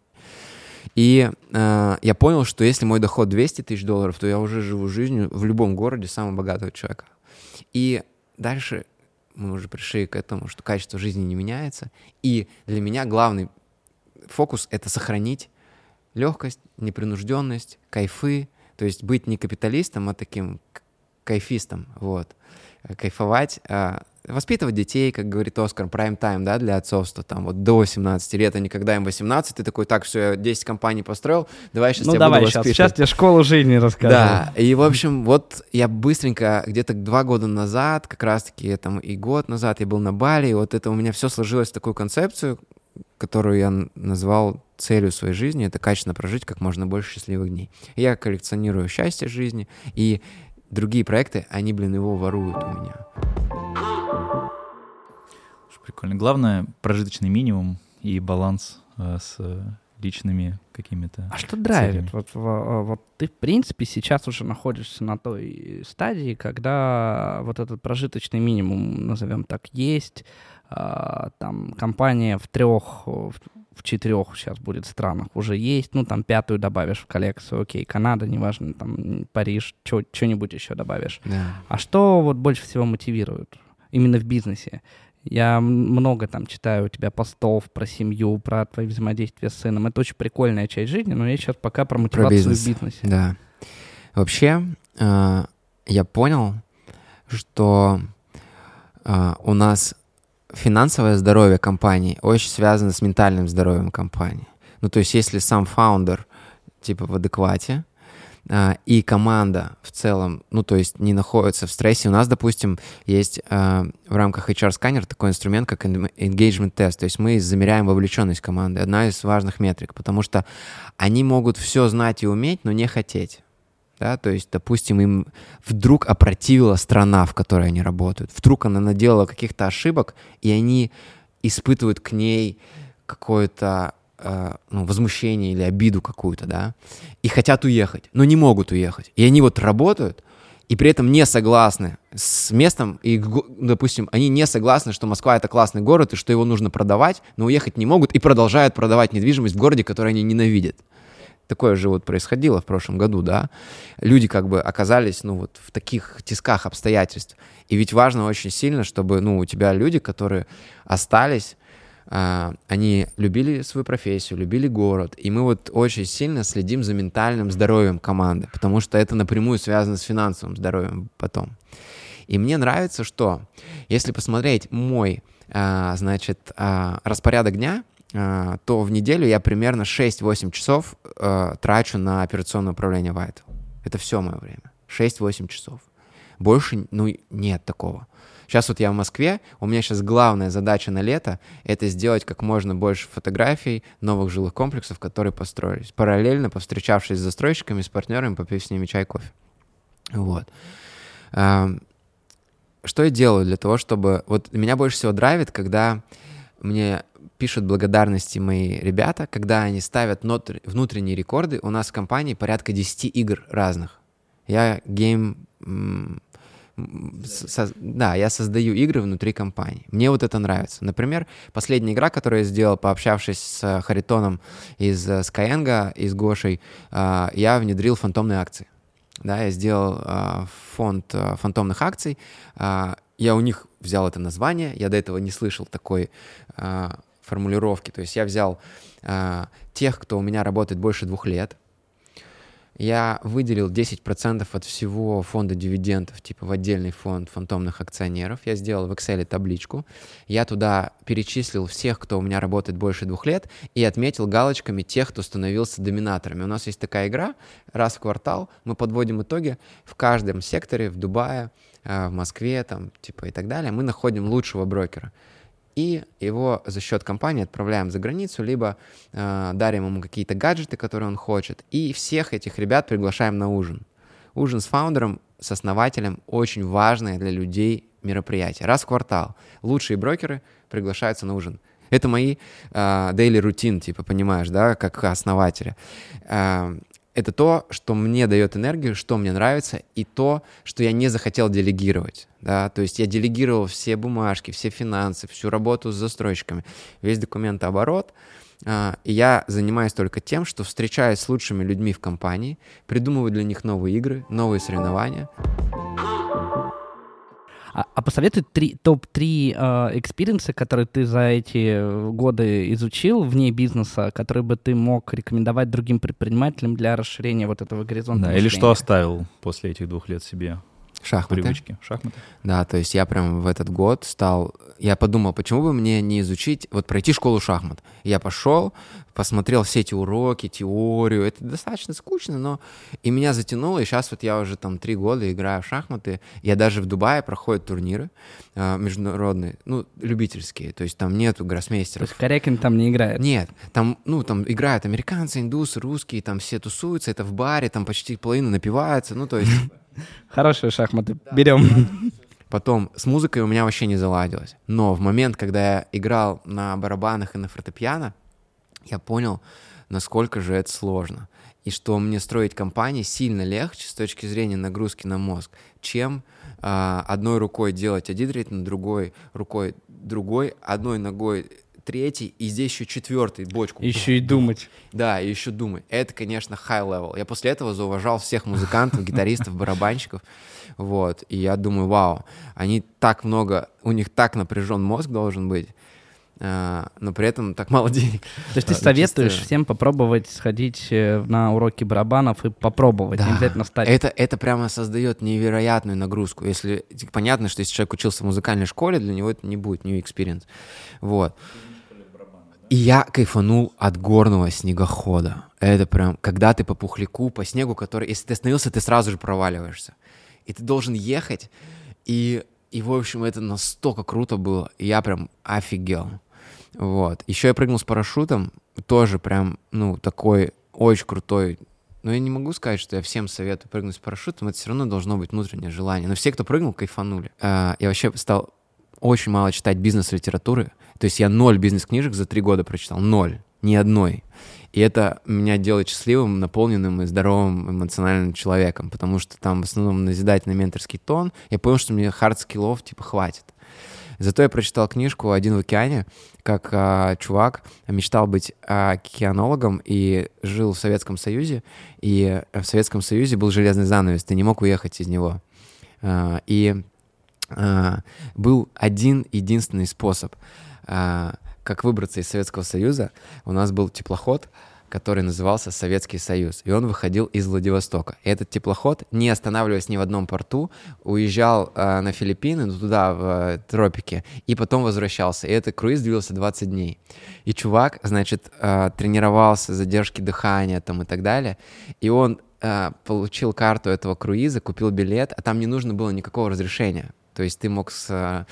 И э, я понял, что если мой доход двести тысяч долларов, то я уже живу жизнью в любом городе самого богатого человека. И дальше мы уже пришли к этому, что качество жизни не меняется. И для меня главный фокус — это сохранить легкость, непринужденность, кайфы. То есть быть не капиталистом, а таким кайфистом. Вот. Кайфовать а, воспитывать детей, как говорит Оскар, прайм-тайм, да, для отцовства, там, вот до восемнадцати лет, а не когда им восемнадцать, ты такой, так, все, я десять компаний построил, давай сейчас ну, я давай, буду сейчас, воспитывать. сейчас тебе школу жизни расскажу. Да, и, в общем, вот я быстренько, где-то два года назад, как раз-таки там и год назад я был на Бали, и вот это у меня все сложилось в такую концепцию, которую я назвал целью своей жизни, это качественно прожить как можно больше счастливых дней. Я коллекционирую счастье жизни, и другие проекты, они, блин, его воруют у меня. Прикольно. Главное — прожиточный минимум и баланс э, с личными какими-то А что драйвит? целями. Вот, вот, вот ты, в принципе, сейчас уже находишься на той стадии, когда вот этот прожиточный минимум, назовем так, есть. А, там компания в трех, в, в четырех сейчас будет странах уже есть. Ну, там пятую добавишь в коллекцию. Окей, Канада, неважно, там Париж, что-нибудь еще добавишь. Да. А что вот больше всего мотивирует именно в бизнесе? Я много там читаю у тебя постов про семью, про твои взаимодействия с сыном. Это очень прикольная часть жизни, но я сейчас пока про мотивацию Про бизнес. в бизнесе. Да. Вообще, э, я понял, что э, у нас финансовое здоровье компании очень связано с ментальным здоровьем компании. Ну, то есть, если сам фаундер типа в адеквате, Uh, и команда в целом, ну, то есть не находится в стрессе. У нас, допустим, есть uh, в рамках эйч ар-сканер такой инструмент, как engagement test, то есть мы замеряем вовлеченность команды. Одна из важных метрик, потому что они могут все знать и уметь, но не хотеть. Да? То есть, допустим, им вдруг опротивила страна, в которой они работают. Вдруг она наделала каких-то ошибок, и они испытывают к ней какое-то ну, возмущение или обиду какую-то, да, и хотят уехать, но не могут уехать. И они вот работают, и при этом не согласны с местом, и, допустим, они не согласны, что Москва — это классный город, и что его нужно продавать, но уехать не могут, и продолжают продавать недвижимость в городе, который они ненавидят. Такое же вот происходило в прошлом году, да. Люди как бы оказались, ну, вот в таких тисках обстоятельств. И ведь важно очень сильно, чтобы, ну, у тебя люди, которые остались, Uh, они любили свою профессию, любили город, и мы вот очень сильно следим за ментальным здоровьем команды, потому что это напрямую связано с финансовым здоровьем потом. И мне нравится, что если посмотреть мой, uh, значит, uh, распорядок дня, uh, то в неделю я примерно шесть-восемь часов uh, трачу на операционное управление Vital. Это все мое время. шесть-восемь часов. Больше, ну, нет такого. Сейчас вот я в Москве, у меня сейчас главная задача на лето — это сделать как можно больше фотографий новых жилых комплексов, которые построились, параллельно повстречавшись с застройщиками, с партнерами, попив с ними чай, кофе. Вот. Что я делаю для того, чтобы... Вот меня больше всего драйвит, когда мне пишут благодарности мои ребята, когда они ставят внутренние рекорды. У нас в компании порядка десять игр разных. Я гейм... Со, да, я создаю игры внутри компании. Мне вот это нравится. Например, последняя игра, которую я сделал, пообщавшись с Харитоном из Skyeng, и с Гошей, я внедрил фантомные акции. Да, я сделал фонд фантомных акций. Я у них взял это название. Я до этого не слышал такой формулировки. То есть я взял тех, кто у меня работает больше двух лет. Я выделил десять процентов от всего фонда дивидендов, типа в отдельный фонд фантомных акционеров. Я сделал в Excel табличку. Я туда перечислил всех, кто у меня работает больше двух лет, и отметил галочками тех, кто становился доминаторами. У нас есть такая игра, раз в квартал мы подводим итоги в каждом секторе, в Дубае, в Москве, там, типа, и так далее. Мы находим лучшего брокера. И его за счет компании отправляем за границу, либо э, дарим ему какие-то гаджеты, которые он хочет. И всех этих ребят приглашаем на ужин. Ужин с фаундером, с основателем — очень важное для людей мероприятие. Раз в квартал лучшие брокеры приглашаются на ужин. Это мои э, daily routine, типа, понимаешь, да, как основателя. Э, это то, что мне дает энергию, что мне нравится, и то, что я не захотел делегировать. Да? То есть я делегировал все бумажки, все финансы, всю работу с застройщиками, весь документооборот. И я занимаюсь только тем, что встречаюсь с лучшими людьми в компании, придумываю для них новые игры, новые соревнования. А, а посоветуй три, топ-три экспириенса, которые ты за эти годы изучил вне бизнеса, которые бы ты мог рекомендовать другим предпринимателям для расширения вот этого горизонта да, мышления. или что оставил после этих двух лет себе? Шахматы. привычки. Шахматы. Да, то есть я прям в этот год стал... Я подумал, почему бы мне не изучить, вот пройти школу шахмат. Я пошел, посмотрел все эти уроки, теорию. Это достаточно скучно, но... И меня затянуло, и сейчас вот я уже там три года играю в шахматы. Я даже в Дубае проходят турниры э, международные, ну, любительские. То есть там нету гроссмейстеров. То есть Корякин там не играет? Нет, там, ну, там играют американцы, индусы, русские, там все тусуются, это в баре, там почти половина напивается, ну, то есть... Хорошие шахматы, берем. Потом с музыкой у меня вообще не заладилось. Но в момент, когда я играл на барабанах и на фортепиано, я понял, насколько же это сложно. И что мне строить компании сильно легче с точки зрения нагрузки на мозг, чем э, одной рукой делать один ритм, другой рукой другой, одной ногой третий, и здесь еще четвертый, бочку. Еще и думать. Да, и еще думать. Это, конечно, high level. Я после этого зауважал всех музыкантов, гитаристов, барабанщиков. Вот. И я думаю, вау, они так много, у них так напряжен мозг должен быть, но при этом так мало денег. То есть ты советуешь чисто... всем попробовать сходить на уроки барабанов и попробовать, да. не обязательно стать. Это, это прямо создает невероятную нагрузку. Если понятно, что если человек учился в музыкальной школе, для него это не будет new experience. Вот. И я кайфанул от горного снегохода. Это прям, когда ты по пухляку, по снегу, который, если ты остановился, ты сразу же проваливаешься. И ты должен ехать, и, и в общем, это настолько круто было. И я прям офигел. Вот. Еще я прыгнул с парашютом, тоже прям, ну, такой очень крутой. Но я не могу сказать, что я всем советую прыгнуть с парашютом, это все равно должно быть внутреннее желание. Но все, кто прыгнул, кайфанули. Я вообще стал очень мало читать бизнес-литературы. То есть я ноль бизнес-книжек за три года прочитал. Ноль. Ни одной. И это меня делает счастливым, наполненным и здоровым эмоциональным человеком, потому что там в основном назидательный менторский тон. Я понял, что мне хард-скиллов типа хватит. Зато я прочитал книжку «Один в океане», как а, чувак мечтал быть океанологом и жил в Советском Союзе. И в Советском Союзе был железный занавес, ты не мог уехать из него. А, и а, был один единственный способ, а, как выбраться из Советского Союза. У нас был теплоход, который назывался Советский Союз, и он выходил из Владивостока. И этот теплоход, не останавливаясь ни в одном порту, уезжал э, на Филиппины, ну, туда, в э, тропики, и потом возвращался. И этот круиз длился двадцать дней. И чувак, значит, э, тренировался, задержки дыхания там и так далее, и он э, получил карту этого круиза, купил билет, а там не нужно было никакого разрешения. То есть ты мог с,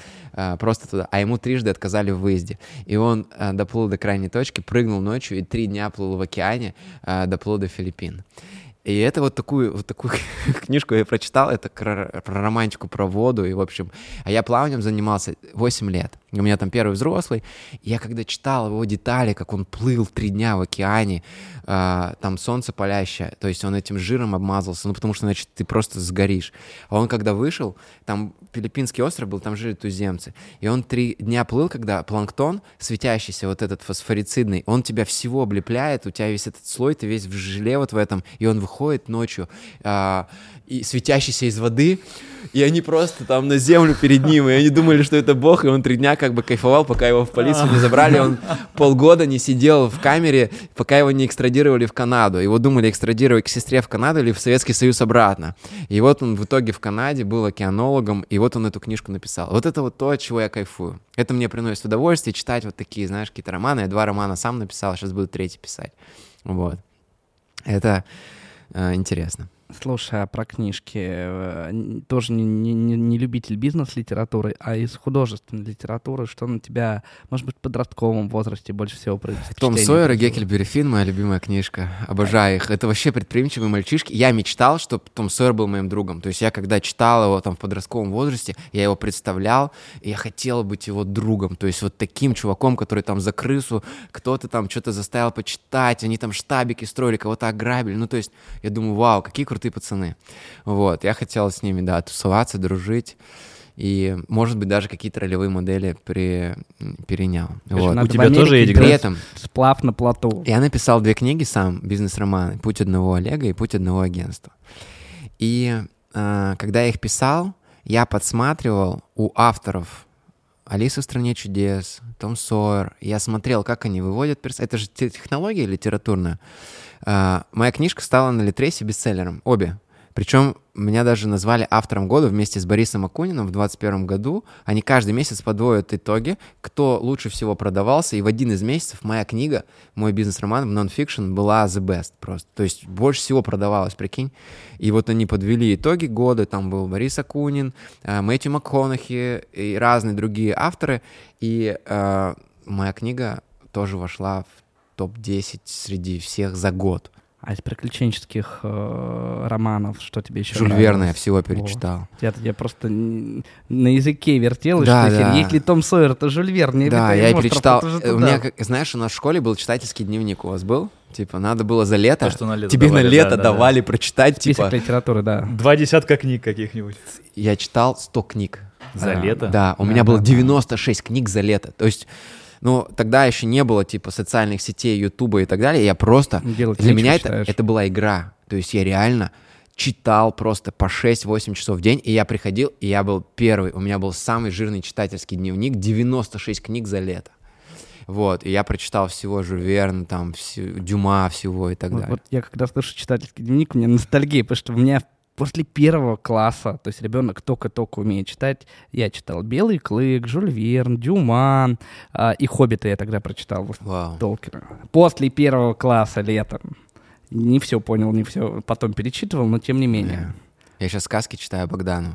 а, просто туда, а ему трижды отказали в выезде. И он а, доплыл до крайней точки, прыгнул ночью и три дня плыл в океане, а, доплыл до Филиппин. И это вот такую, вот такую книжку я прочитал, это про, про романтику, про воду, и в общем, а я плаванием занимался восемь лет. У меня там первый взрослый, и я когда читал его детали, как он плыл три дня в океане, э, там солнце палящее, то есть он этим жиром обмазался, ну потому что, значит, ты просто сгоришь. А он когда вышел, там Филиппинский остров был, там жили туземцы, и он три дня плыл, когда планктон, светящийся вот этот фосфорицидный, он тебя всего облепляет, у тебя весь этот слой, ты весь в желе вот в этом, и он выходит ночью, э, и светящийся из воды, и они просто там на землю перед ним, и они думали, что это бог, и он три дня как бы кайфовал, пока его в полицию не забрали, он полгода не сидел в камере, пока его не экстрадировали в Канаду. Его думали экстрадировать к сестре в Канаду или в Советский Союз обратно. И вот он в итоге в Канаде был океанологом, и вот он эту книжку написал. Вот это вот то, от чего я кайфую. Это мне приносит удовольствие читать вот такие, знаешь, какие-то романы. Я два романа сам написал, сейчас буду третий писать. Вот. Это э, интересно. Слушай, а про книжки э, тоже не, не, не любитель бизнес-литературы, а из художественной литературы, что на тебя, может быть, в подростковом возрасте больше всего произошло? Том Сойер и Геккельбери Финн, моя любимая книжка. Обожаю их. Это вообще предприимчивые мальчишки. Я мечтал, чтобы Том Сойер был моим другом. То есть я, когда читал его там в подростковом возрасте, я его представлял, и я хотел быть его другом. То есть вот таким чуваком, который там за крысу, кто-то там что-то заставил почитать, они там штабики строили, кого-то ограбили. Ну, то есть я думаю, вау, какие крутые пацаны. Вот, я хотел с ними, да, тусоваться, дружить. И, может быть, даже какие-то ролевые модели при, перенял. Вот. У тебя тоже есть при этом сплав на плоту. Я написал две книги сам, бизнес-романы «Путь одного Олега» и «Путь одного агентства». И э, когда я их писал, я подсматривал у авторов «Алиса в стране чудес», «Том Сойер». Я смотрел, как они выводят персонажей. Это же технология литературная. Uh, моя книжка стала на Литресе бестселлером. Обе. Причем меня даже назвали автором года вместе с Борисом Акуниным в двадцать первом году. Они каждый месяц подводят итоги, кто лучше всего продавался. И в один из месяцев моя книга, мой бизнес-роман в нон-фикшн была the best просто. То есть больше всего продавалась, прикинь. И вот они подвели итоги года. Там был Борис Акунин, Мэтью МакКонахи и разные другие авторы. И э, моя книга тоже вошла в топ десять среди всех за год. А из приключенческих э, романов что тебе еще Жюль нравилось? Верна я всего перечитал. Я, я просто н- на языке вертелась, Да, что да. если Том Сойер, то Жюль Верн. Да, я и перечитал. У У меня, как- знаешь, у нас в школе был читательский дневник. У вас был? Типа, надо было за лето. То, что на лето Тебе давали, на лето да, да, давали прочитать, Список типа... литературы, да. Два десятка книг каких-нибудь. Я читал сто книг. За А, лето? Да, у Да, меня да, было да. девяносто шесть книг за лето. То есть, ну, тогда еще не было, типа, социальных сетей, Ютуба и так далее. Я просто... Делать Для нечего, меня это, считаешь? это была игра. То есть я реально читал просто по шесть-восемь часов в день, и я приходил, и я был первый. У меня был самый жирный читательский дневник, девяносто шесть книг за лето. Вот, и я прочитал всего Жюль Верн, там, всю, Дюма всего и так Вот, далее. вот я когда слышу читательский дневник, у меня ностальгия, потому что у меня после первого класса, то есть ребенок только-только умеет читать, я читал «Белый клык», Жюль Верн, Дюма, а, и «Хоббита» я тогда прочитал. Вау. Толкина. После первого класса летом. Не все понял, не все потом перечитывал, но тем не менее. Я сейчас сказки читаю Богдану.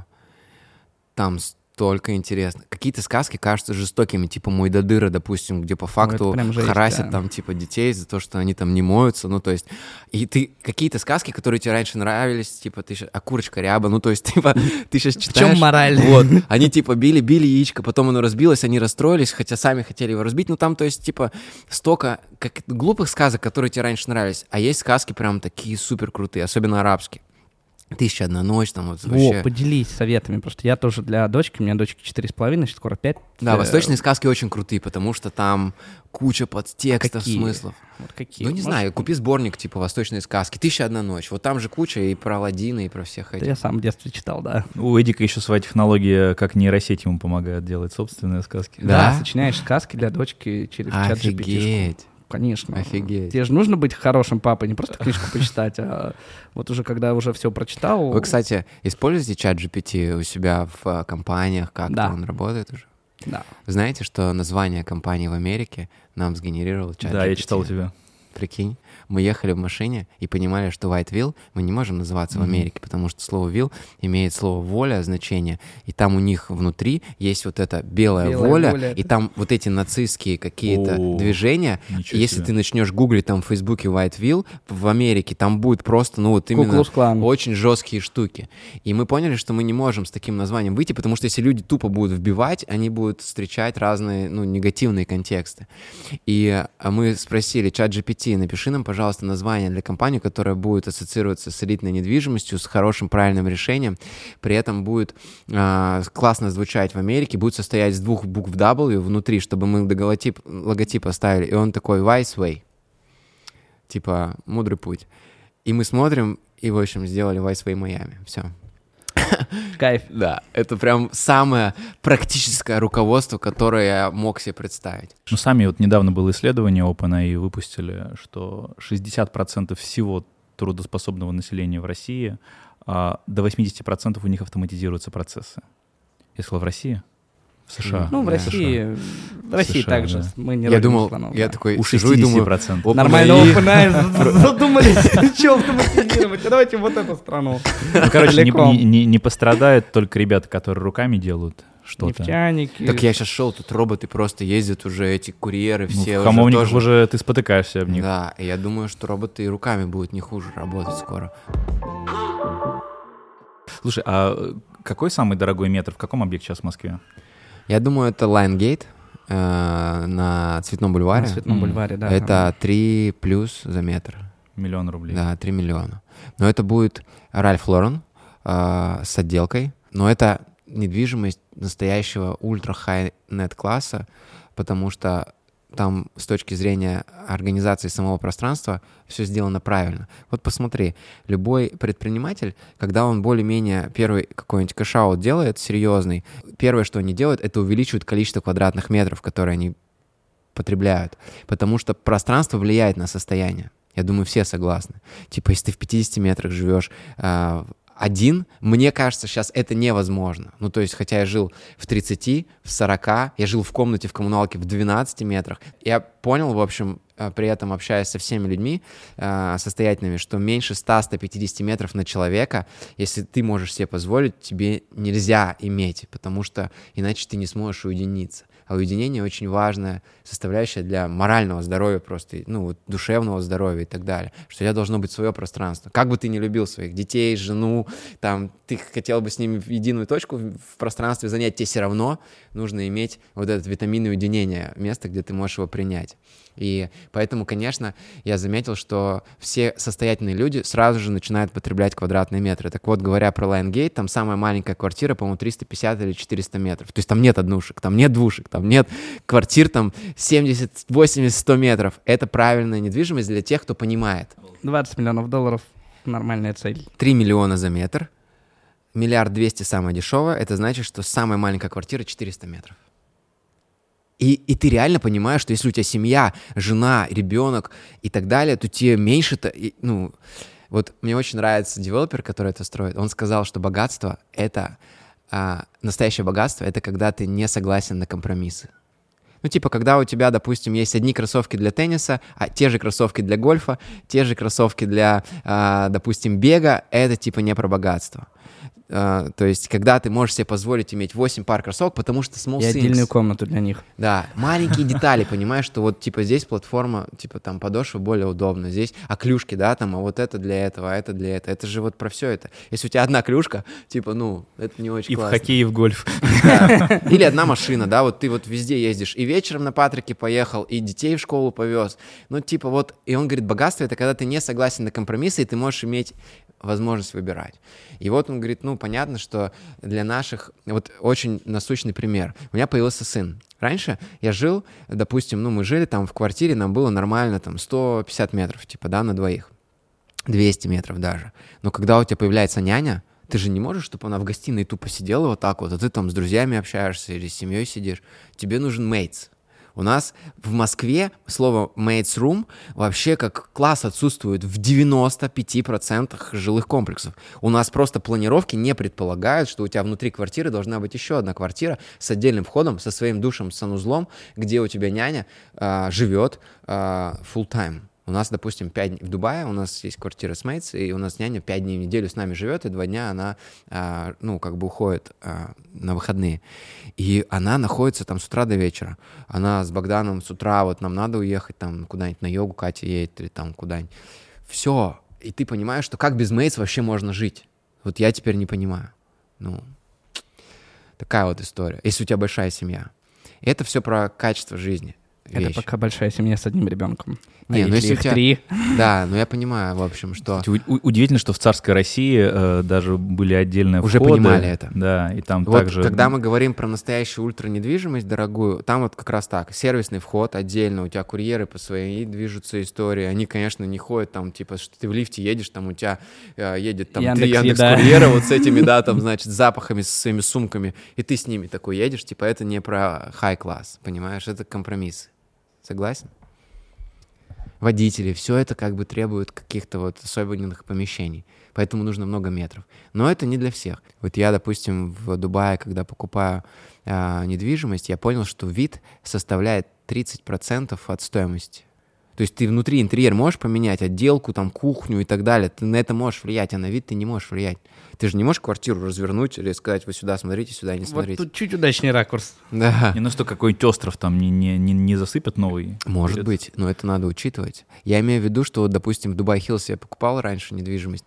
Там столько интересно. Какие-то сказки кажутся жестокими, типа Мойдодыра, допустим, где по факту прям жесть, харасят да. там типа детей за то, что они там не моются. Ну, то есть, и ты какие-то сказки, которые тебе раньше нравились, типа ты щас- а курочка ряба, ну, то есть, типа, ты сейчас читаешь. В чем мораль? Вот, они типа били, били яичко, потом оно разбилось, они расстроились, хотя сами хотели его разбить. Ну, там, то есть, типа, столько как, глупых сказок, которые тебе раньше нравились, а есть сказки прям такие супер крутые, особенно арабские. «Тысяча одна ночь», там вот вообще. О, поделись советами, просто я тоже для дочки, у меня дочке четыре с половиной, скоро пять. Да, восточные сказки очень крутые, потому что там куча подтекстов, Какие? смыслов. Вот какие? Ну, не Можешь- знаю, купи сборник типа «Восточные сказки», «Тысяча одна ночь». Вот там же куча и про Аладдина, и про всех Это этих. я сам в детстве читал, да. У Эдика еще своя технология, как нейросеть ему помогает делать собственные сказки. Да? Да, сочиняешь сказки для дочки через чат джи пи ти. Офигеть. Конечно. Офигеть. Тебе же нужно быть хорошим папой, не просто книжку почитать, а вот уже когда уже все прочитал. Вы, кстати, используете чат джи пи ти у себя в э, компаниях? Как-то Да. он работает уже? Да. Знаете, что название компании в Америке нам сгенерировал чат джи пи ти? Да, я читал у тебя. Прикинь, мы ехали в машине и понимали, что White Will мы не можем называться в Америке, потому что слово will имеет слово воля, значение, и там у них внутри есть вот эта белая, Белая воля, воля, и это- там вот эти нацистские какие-то О, движения. ничего И если себе. ты начнешь гуглить там в Фейсбуке White Will, в Америке там будет просто, ну вот именно Ку-клукс-клан. очень жесткие штуки. И мы поняли, что мы не можем с таким названием выйти, потому что если люди тупо будут вбивать, они будут встречать разные, ну, негативные контексты. И а, мы спросили чат джи пи ти, напиши нам, пожалуйста, название для компании, которая будет ассоциироваться с элитной недвижимостью, с хорошим правильным решением, при этом будет а, классно звучать в Америке, будет состоять из двух букв W внутри, чтобы мы логотип, логотип оставили. И он такой Wise Way. Типа мудрый путь. И мы смотрим, и, в общем, сделали Wise Way Miami. Все. Кайф. Да, это прям самое практическое руководство, которое я мог себе представить. Ну, сами вот недавно было исследование OpenAI выпустили, что шестьдесят процентов всего трудоспособного населения в России, а до восемьдесят процентов у них автоматизируются процессы. Я сказал, в России? В США. Ну, в Да. России, в России США, также. да. Мы не Я родим думал, слонов, я да. такой У сижу и думаю, шестьдесят процентов. OpenAI. Нормально OpenAI задумались, что автоматизировать. Давайте вот эту страну. Ну, короче, не, Целиком. не- не- не пострадают только ребята, которые руками делают что-то. Нефтяники. Так я сейчас шел, тут роботы просто ездят уже, эти курьеры Ну, все в хамовниках уже, уже, тоже... ты спотыкаешься об них. Да, и я думаю, что роботы и руками будут не хуже работать скоро. Слушай, а какой самый дорогой метр? В каком объекте сейчас в Москве? Я думаю, это Лайнгейт э, на Цветном бульваре. На Цветном М. бульваре, да. Это три плюс за метр. Миллион рублей. Да, три миллиона. Но это будет Ральф Лорен э, с отделкой. Но это недвижимость настоящего ультра-хай-нет класса, потому что там с точки зрения организации самого пространства все сделано правильно. Вот посмотри, любой предприниматель, когда он более-менее первый какой-нибудь кэш-аут делает серьезный, первое, что они делают, это увеличивают количество квадратных метров, которые они потребляют, потому что пространство влияет на состояние. Я думаю, все согласны. Типа, если ты в пятидесяти метрах живешь, а, один, мне кажется, сейчас это невозможно. Ну, то есть, хотя я жил в тридцати, в сорока, я жил в комнате в коммуналке в двенадцати метрах, я понял, в общем, при этом общаясь со всеми людьми э, состоятельными, что меньше ста — ста пятидесяти метров на человека, если ты можешь себе позволить, тебе нельзя иметь, потому что иначе ты не сможешь уединиться. А уединение очень важная составляющая для морального здоровья просто, ну, вот, душевного здоровья и так далее. Что у тебя должно быть свое пространство. Как бы ты ни любил своих детей, жену, там, ты хотел бы с ними в единую точку в пространстве занять, тебе все равно нужно иметь вот этот витаминное уединение, место, где ты можешь его принять. И поэтому, конечно, я заметил, что все состоятельные люди сразу же начинают потреблять квадратные метры. Так вот, говоря про Лайнгейт, там самая маленькая квартира, по-моему, триста пятьдесят или четыреста метров. То есть там нет однушек, там нет двушек, там нет квартир, там семьдесят, восемьдесят, сто метров. Это правильная недвижимость для тех, кто понимает. двадцать миллионов долларов — нормальная цель. три миллиона за метр, миллиард двести самая дешевая, это значит, что самая маленькая квартира четыреста метров. И, и ты реально понимаешь, что если у тебя семья, жена, ребенок и так далее, то тебе меньше-то... И, ну, вот мне очень нравится девелопер, который это строит. Он сказал, что богатство — это... А, настоящее богатство — это когда ты не согласен на компромиссы. Ну, типа, когда у тебя, допустим, есть одни кроссовки для тенниса, а те же кроссовки для гольфа, те же кроссовки для, а, допустим, бега, это, типа, не про богатство. Uh, то есть, когда ты можешь себе позволить иметь восемь пар кроссовок, потому что small things. И отдельную комнату для них. Да, маленькие детали, понимаешь, что вот, типа, здесь платформа, типа, там, подошва более удобна, здесь, а клюшки, да, там, а вот это для этого, а это для этого. Это же вот про все это. Если у тебя одна клюшка, типа, ну, это не очень и классно. И в хоккей, и в гольф. Да. Или одна машина, да, вот ты вот везде ездишь, и вечером на Патрике поехал, и детей в школу повез. Ну, типа, вот, и он говорит, богатство — это когда ты не согласен на компромиссы, и ты можешь иметь возможность выбирать. И вот он говорит, ну, понятно, что для наших... Вот очень насущный пример. У меня появился сын. Раньше я жил, допустим, ну, мы жили там в квартире, нам было нормально там сто пятьдесят метров, типа, да, на двоих. двести метров даже. Но когда у тебя появляется няня, ты же не можешь, чтобы она в гостиной тупо сидела вот так вот, а ты там с друзьями общаешься или с семьей сидишь. Тебе нужен mates. У нас в Москве слово mates room вообще как класс отсутствует в девяноста пяти процентах жилых комплексов. У нас просто планировки не предполагают, что у тебя внутри квартиры должна быть еще одна квартира с отдельным входом, со своим душем, с санузлом, где у тебя няня э, живет э, full time. У нас, допустим, пять в Дубае, у нас есть квартира с Mates, и у нас няня пять дней в неделю с нами живет, и два дня она, а, ну, как бы уходит а, на выходные. И она находится там с утра до вечера. Она с Богданом с утра, вот нам надо уехать там куда-нибудь на йогу, Катя едет, или там куда-нибудь. Все. И ты понимаешь, что как без Mates вообще можно жить? Вот я теперь не понимаю. Ну, такая вот история. Если у тебя большая семья. И это все про качество жизни. Это вещь. пока большая семья с одним ребенком. Не, а ну если их у тебя... три... Да, ну я понимаю, в общем, что... У- удивительно, что в царской России э, даже были отдельные Уже входы. понимали это. Да, и там Вот также... когда мы говорим про настоящую ультранедвижимость дорогую, там вот как раз так, сервисный вход отдельно, у тебя курьеры по своей движутся истории, они, конечно, не ходят там, типа, что ты в лифте едешь, там у тебя э, едет там три Яндекс.Еда. Яндекс.Курьера вот с этими, да, там, значит, запахами, со своими сумками, и ты с ними такой едешь, типа, это не про high-класс, понимаешь, это компромисс. Согласен? Водители, все это как бы требует каких-то вот особенных помещений, поэтому нужно много метров. Но это не для всех. Вот я, допустим, в Дубае, когда покупаю э, недвижимость, я понял, что вид составляет тридцать процентов от стоимости. То есть ты внутри интерьер можешь поменять, отделку, там, кухню и так далее, ты на это можешь влиять, а на вид ты не можешь влиять. Ты же не можешь квартиру развернуть или сказать, вы сюда смотрите, сюда не смотрите. Вот тут чуть удачнее ракурс. Да. Не, ну что, какой-нибудь остров там не, не, не, не засыпят новый? Может Перед... быть, но это надо учитывать. Я имею в виду, что, вот, допустим, в Дубай-Хиллз я покупал раньше недвижимость.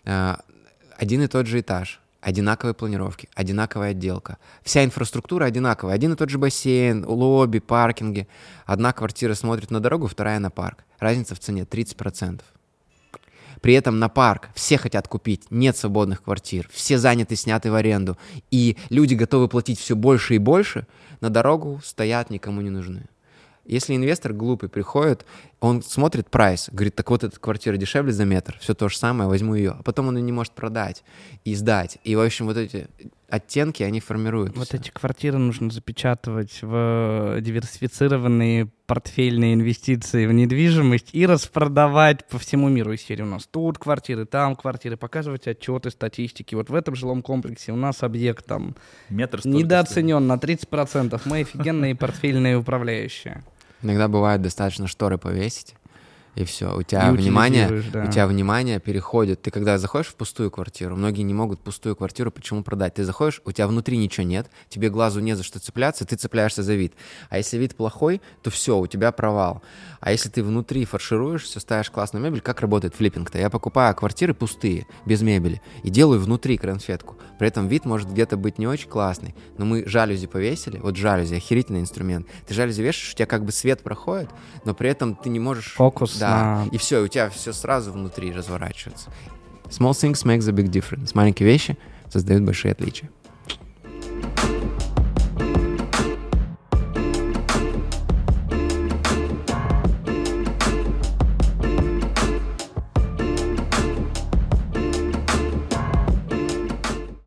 Один и тот же этаж, одинаковые планировки, одинаковая отделка. Вся инфраструктура одинаковая. Один и тот же бассейн, лобби, паркинги. Одна квартира смотрит на дорогу, вторая на парк. Разница в цене тридцать процентов. При этом на парк все хотят купить, нет свободных квартир, все заняты, сняты в аренду. И люди готовы платить все больше и больше, на дорогу стоят, никому не нужны. Если инвестор глупый приходит, он смотрит прайс, говорит, так вот эта квартира дешевле за метр, все то же самое, возьму ее. А потом он ее не может продать и сдать. И, в общем, вот эти оттенки, они формируют. Вот всё. эти квартиры нужно запечатывать в диверсифицированные портфельные инвестиции в недвижимость и распродавать по всему миру. Из серии у нас тут квартиры, там квартиры, показывать отчеты, статистики. Вот в этом жилом комплексе у нас объект там Метр столько недооценен на тридцать процентов. Мы офигенные портфельные управляющие. Иногда бывает достаточно шторы повесить, и все, у тебя И внимание, утилизируешь, да. у тебя внимание переходит. Ты когда заходишь в пустую квартиру, многие не могут пустую квартиру почему продать. Ты заходишь, у тебя внутри ничего нет, тебе глазу не за что цепляться, ты цепляешься за вид. А если вид плохой, то все, у тебя провал. А если ты внутри фаршируешься, ставишь классную мебель, как работает флиппинг-то? Я покупаю квартиры пустые, без мебели, и делаю внутри конфетку. При этом вид может где-то быть не очень классный, но мы жалюзи повесили, вот жалюзи, охерительный инструмент. Ты жалюзи вешаешь, у тебя как бы свет проходит, но при этом ты не можешь... Фокус Да, на... и все, у тебя все сразу внутри разворачивается. Small things make the big difference. Маленькие вещи создают большие отличия.